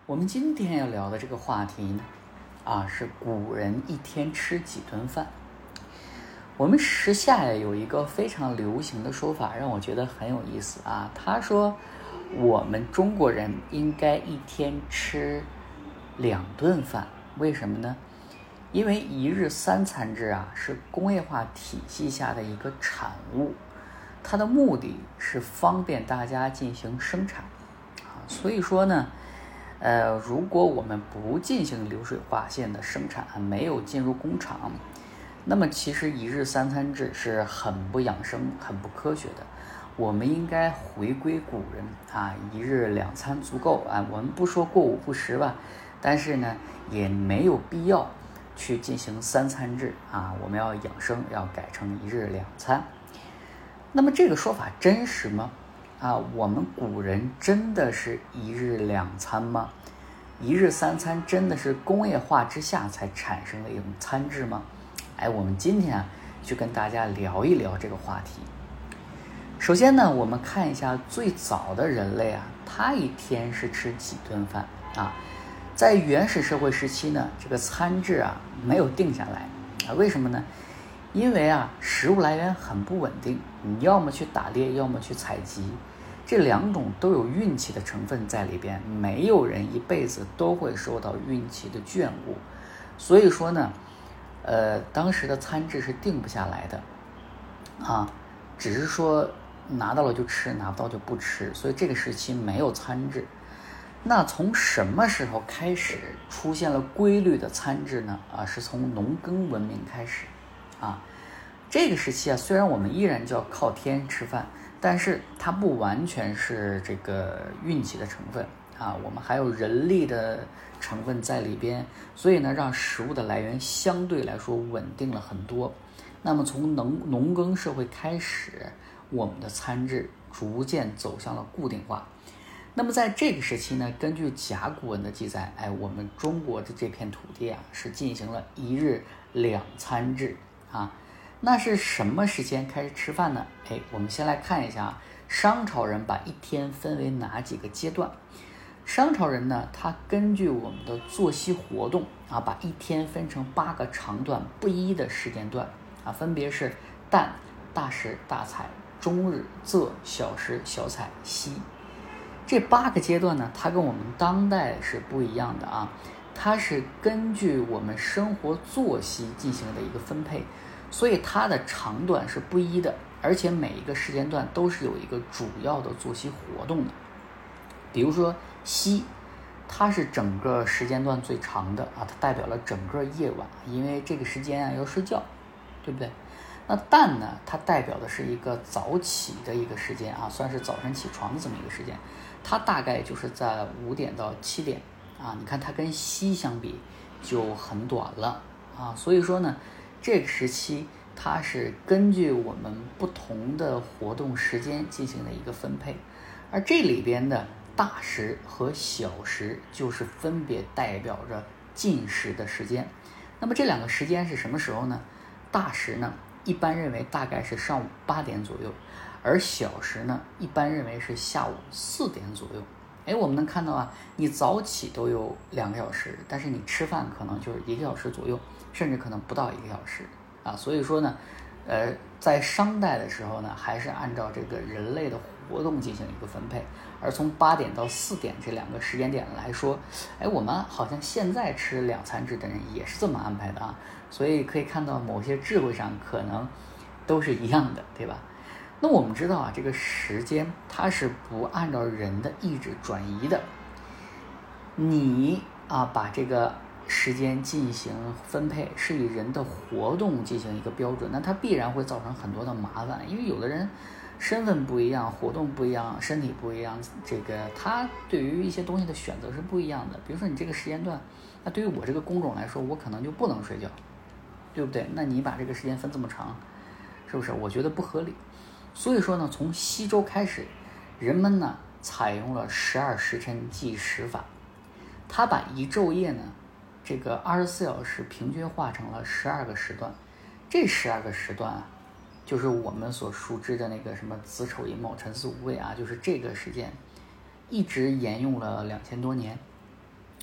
我们今天要聊的这个话题呢，是古人一天吃几顿饭。我们时下有一个非常流行的说法，让我觉得很有意思啊。他说，我们中国人应该一天吃2顿饭，为什么呢？因为一日三餐制是工业化体系下的一个产物，它的目的是方便大家进行生产所以说呢，如果我们不进行流水化线的生产，没有进入工厂，那么其实一日三餐制是很不养生、很不科学的。我们应该回归古人一日2餐足够我们不说过午不食吧，但是呢，也没有必要去进行3餐制我们要养生，要改成一日2餐。那么这个说法真实吗？我们古人真的是一日2餐吗？一日3餐真的是工业化之下才产生的一种餐制吗？我们今天就跟大家聊一聊这个话题。首先呢，我们看一下最早的人类他一天是吃几顿饭在原始社会时期呢，这个餐制没有定下来为什么呢？因为食物来源很不稳定，你要么去打猎，要么去采集，这2种都有运气的成分在里边，没有人一辈子都会受到运气的眷顾，所以说呢，当时的餐制是定不下来的只是说拿到了就吃，拿不到就不吃，所以这个时期没有餐制。那从什么时候开始出现了规律的餐制呢？是从农耕文明开始这个时期虽然我们依然叫靠天吃饭，但是它不完全是这个运气的成分我们还有人力的成分在里边，所以呢，让食物的来源相对来说稳定了很多。那么从农耕社会开始，我们的餐制逐渐走向了固定化。那么在这个时期呢，根据甲骨文的记载，我们中国的这片土地是进行了一日2餐制那是什么时间开始吃饭呢？我们先来看一下商朝人把一天分为哪几个阶段。商朝人呢，他根据我们的作息活动把一天分成8个长短不一的时间段分别是旦、大时、大采、中日、仄、小时、小采、夕。这8个阶段呢，它跟我们当代是不一样的它是根据我们生活作息进行的一个分配，所以它的长短是不一的，而且每一个时间段都是有一个主要的作息活动的。比如说夕，它是整个时间段最长的它代表了整个夜晚，因为这个时间要睡觉，对不对？那旦呢，它代表的是一个早起的一个时间算是早晨起床的这么一个时间，它大概就是在5点到7点你看它跟夕相比就很短了所以说呢，这个时期它是根据我们不同的活动时间进行的一个分配，而这里边的大时和小时就是分别代表着进食的时间。那么这2个时间是什么时候呢？大时呢，一般认为大概是上午8点左右，而小时呢，一般认为是下午4点左右。我们能看到你早起都有2个小时，但是你吃饭可能就是1个小时左右，甚至可能不到1个小时所以说呢，在商代的时候呢，还是按照这个人类的活动进行一个分配。而从8点到4点这2个时间点来说，我们好像现在吃2餐制的人也是这么安排的所以可以看到某些智慧上可能都是一样的，对吧？那我们知道这个时间它是不按照人的意志转移的。你把这个时间进行分配是以人的活动进行一个标准，那它必然会造成很多的麻烦，因为有的人身份不一样，活动不一样，身体不一样，这个他对于一些东西的选择是不一样的。比如说你这个时间段，那对于我这个工种来说，我可能就不能睡觉，对不对？那你把这个时间分这么长，是不是？我觉得不合理。所以说呢，从西周开始，人们呢采用了12时辰计时法，他把一昼夜呢这个24小时平均化成了12个时段。这12个时段就是我们所熟知的那个什么子丑寅卯辰巳午未就是这个时间一直沿用了2000多年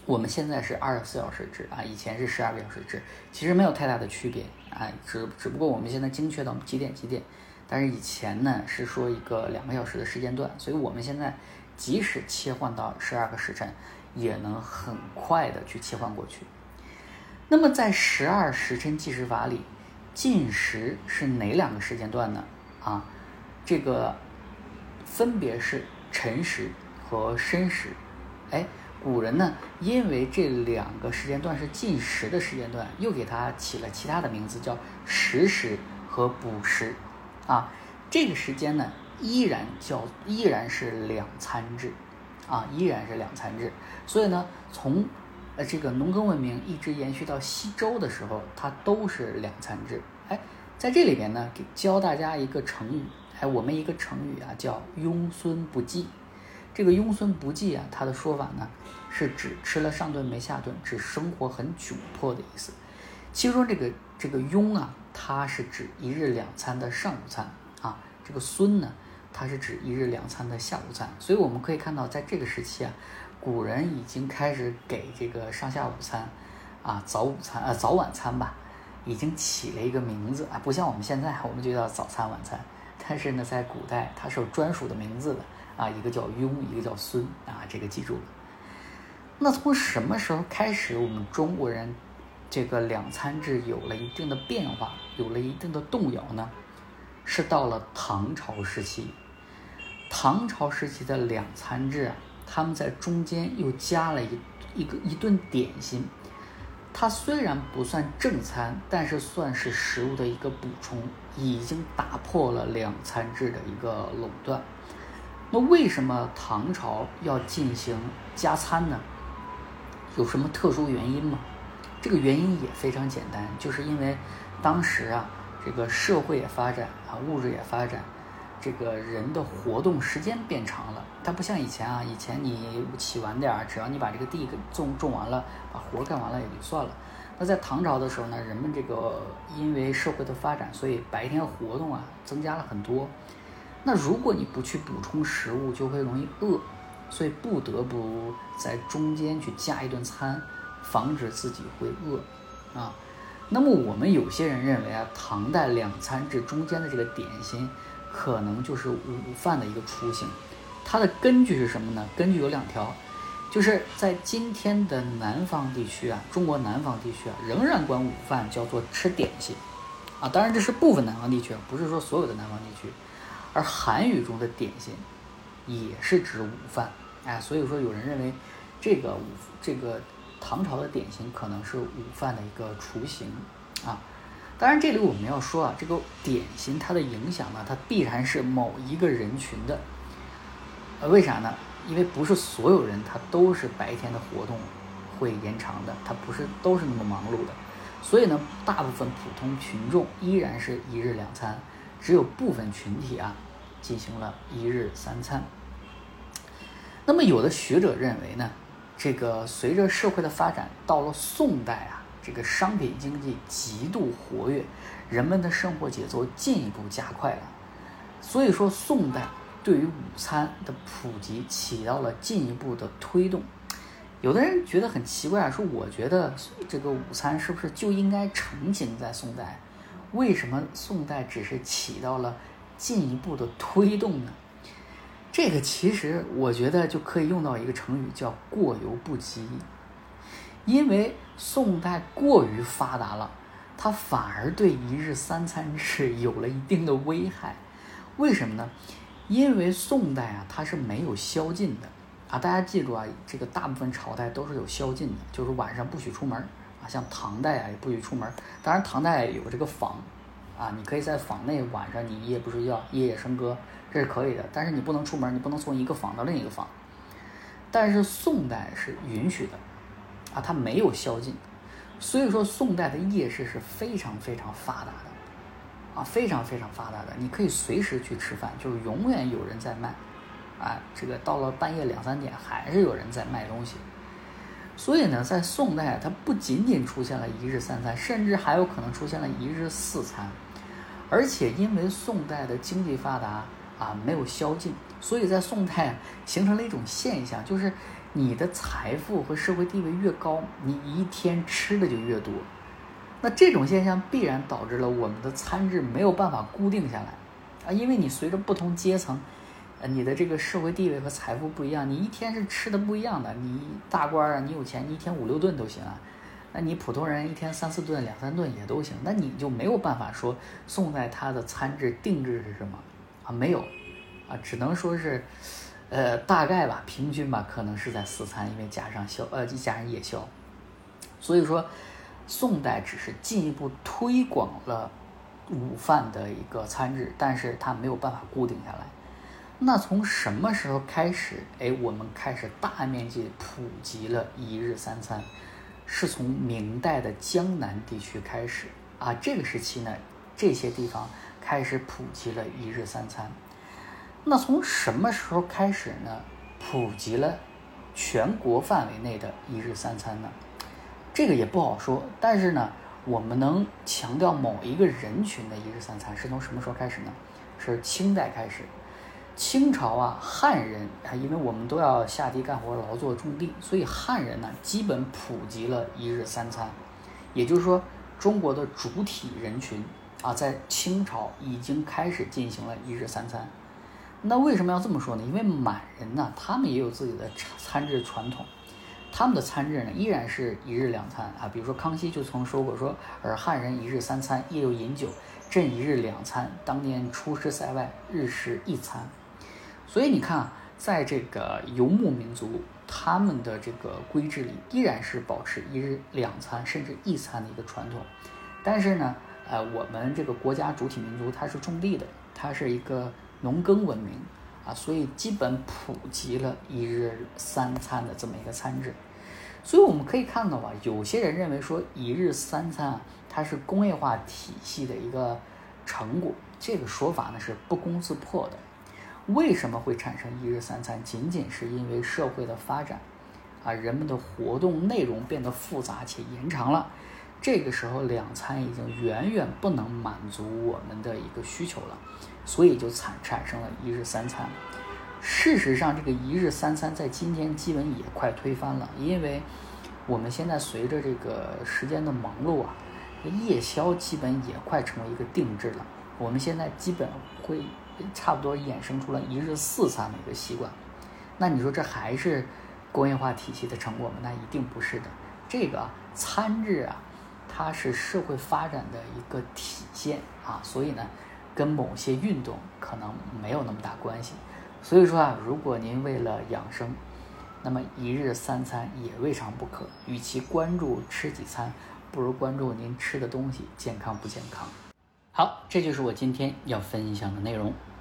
我们现在是24小时制啊，以前是12个小时制，其实没有太大的区别啊，只不过我们现在精确到几点，但是以前呢是说一个2个小时的时间段，所以我们现在即使切换到12个时辰，也能很快的去切换过去。那么在12时辰计时法里，进食是哪2个时间段呢？啊，这个分别是辰时和申时。哎，古人呢，因为这2个时间段是进食的时间段，又给它起了其他的名字，叫食时和补时。啊，这个时间呢，依然是2餐制，啊，依然是2餐制。所以呢，从这个农耕文明一直延续到西周的时候，它都是2餐制。哎，在这里边呢，给教大家一个成语。哎，我们一个成语啊，叫庸孙不济。这个庸孙不济啊，它的说法呢，是指吃了上顿没下顿，指生活很窘迫的意思。其中这个庸啊，它是指1日2餐的上午餐啊，这个孙呢，它是指1日2餐的下午餐。所以我们可以看到，在这个时期啊，古人已经开始给这个上下午餐啊、早晚餐吧，已经起了一个名字啊，不像我们现在，我们就叫早餐晚餐。但是呢，在古代它是有专属的名字的啊，一个叫庸，一个叫孙啊，这个记住了。那从什么时候开始，我们中国人这个2餐制有了一定的变化，有了一定的动摇呢？是到了唐朝时期。唐朝时期的2餐制啊，他们在中间又加了一顿点心。它虽然不算正餐，但是算是食物的一个补充，已经打破了2餐制的一个垄断。那为什么唐朝要进行加餐呢？有什么特殊原因吗？这个原因也非常简单，就是因为当时啊，这个社会也发展啊，物质也发展，这个人的活动时间变长了。它不像以前啊，以前你起晚点，只要你把这个地种完了，把活干完了也就算了。那在唐朝的时候呢，人们这个因为社会的发展，所以白天活动啊增加了很多。那如果你不去补充食物，就会容易饿，所以不得不在中间去加一顿餐，防止自己会饿啊。那么我们有些人认为啊，唐代2餐制中间的这个点心可能就是午饭的一个雏形。它的根据是什么呢？根据有2条，就是在今天的南方地区啊，中国南方地区啊，仍然管午饭叫做吃点心啊。当然这是部分南方地区，不是说所有的南方地区。而韩语中的点心也是指午饭，哎，所以说有人认为这个唐朝的点心可能是午饭的一个雏形啊。当然这里我们要说啊，这个点心它的影响呢，它必然是某一个人群的。为啥呢？因为不是所有人他都是白天的活动会延长的，他不是都是那么忙碌的。所以呢，大部分普通群众依然是1日2餐，只有部分群体啊进行了1日3餐。那么有的学者认为呢，这个随着社会的发展，到了宋代啊，这个商品经济极度活跃，人们的生活节奏进一步加快了。所以说宋代对于午餐的普及起到了进一步的推动。有的人觉得很奇怪啊，说我觉得这个午餐是不是就应该成型在宋代？为什么宋代只是起到了进一步的推动呢？这个其实我觉得就可以用到一个成语，叫过犹不及。因为宋代过于发达了，它反而对1日3餐制有了一定的危害。为什么呢？因为宋代啊，它是没有宵禁的啊。大家记住啊，这个大部分朝代都是有宵禁的，就是晚上不许出门啊。像唐代啊，也不许出门。当然，唐代有这个坊啊，你可以在坊内晚上你夜不睡觉，夜夜笙歌，这是可以的。但是你不能出门，你不能从一个坊到另一个坊。但是宋代是允许的啊，它没有宵禁，所以说宋代的夜市是非常非常发达的。啊，非常非常发达的，你可以随时去吃饭，就是永远有人在卖，啊，这个到了半夜2、3点还是有人在卖东西。所以呢，在宋代它不仅仅出现了1日3餐，甚至还有可能出现了1日4餐。而且因为宋代的经济发达啊，没有宵禁， 所以在宋代形成了一种现象，就是你的财富和社会地位越高，你一天吃的就越多。那这种现象必然导致了我们的餐制没有办法固定下来啊，因为你随着不同阶层，你的这个社会地位和财富不一样，你一天是吃的不一样的。你大官啊，你有钱，你一天5、6顿都行啊。那你普通人一天3、4顿、2、3顿也都行。那你就没有办法说宋代它的餐制定制是什么啊？没有啊，只能说是，大概吧，平均吧，可能是在4餐，因为加上夜宵。所以说，宋代只是进一步推广了午饭的一个餐制，但是它没有办法固定下来。那从什么时候开始，我们开始大面积普及了1日3餐？是从明代的江南地区开始啊，这个时期呢，这些地方开始普及了1日3餐。那从什么时候开始呢？普及了全国范围内的1日3餐呢？这个也不好说，但是呢，我们能强调某一个人群的1日3餐是从什么时候开始呢？是清代开始。清朝啊，汉人啊，因为我们都要下地干活、劳作、种地，所以汉人呢，基本普及了1日3餐。也就是说，中国的主体人群啊，在清朝已经开始进行了1日3餐。那为什么要这么说呢？因为满人呢，他们也有自己的餐制传统，他们的餐制呢，依然是1日2餐啊。比如说康熙就曾说过说，而汉人1日3餐，夜又饮酒，朕1日2餐，当年出师塞外，日食1餐。所以你看啊，在这个游牧民族，他们的这个规制里依然是保持1日2餐甚至1餐的一个传统。但是呢，我们这个国家主体民族它是种地的，它是一个农耕文明啊，所以基本普及了1日3餐的这么一个餐制。所以我们可以看到啊，有些人认为说1日3餐啊，它是工业化体系的一个成果，这个说法呢是不攻自破的。为什么会产生1日3餐？仅仅是因为社会的发展啊，人们的活动内容变得复杂且延长了，这个时候2餐已经远远不能满足我们的一个需求了，所以就产生了1日3餐。事实上，这个1日3餐在今天基本也快推翻了，因为我们现在随着这个时间的忙碌啊，夜宵基本也快成为一个定制了。我们现在基本会差不多衍生出了1日4餐的一个习惯。那你说这还是工业化体系的成果吗？那一定不是的。这个餐制啊，它是社会发展的一个体现啊，所以呢，跟某些运动可能没有那么大关系。所以说啊，如果您为了养生，那么1日3餐也未尝不可。与其关注吃几餐，不如关注您吃的东西健康不健康。好，这就是我今天要分享的内容。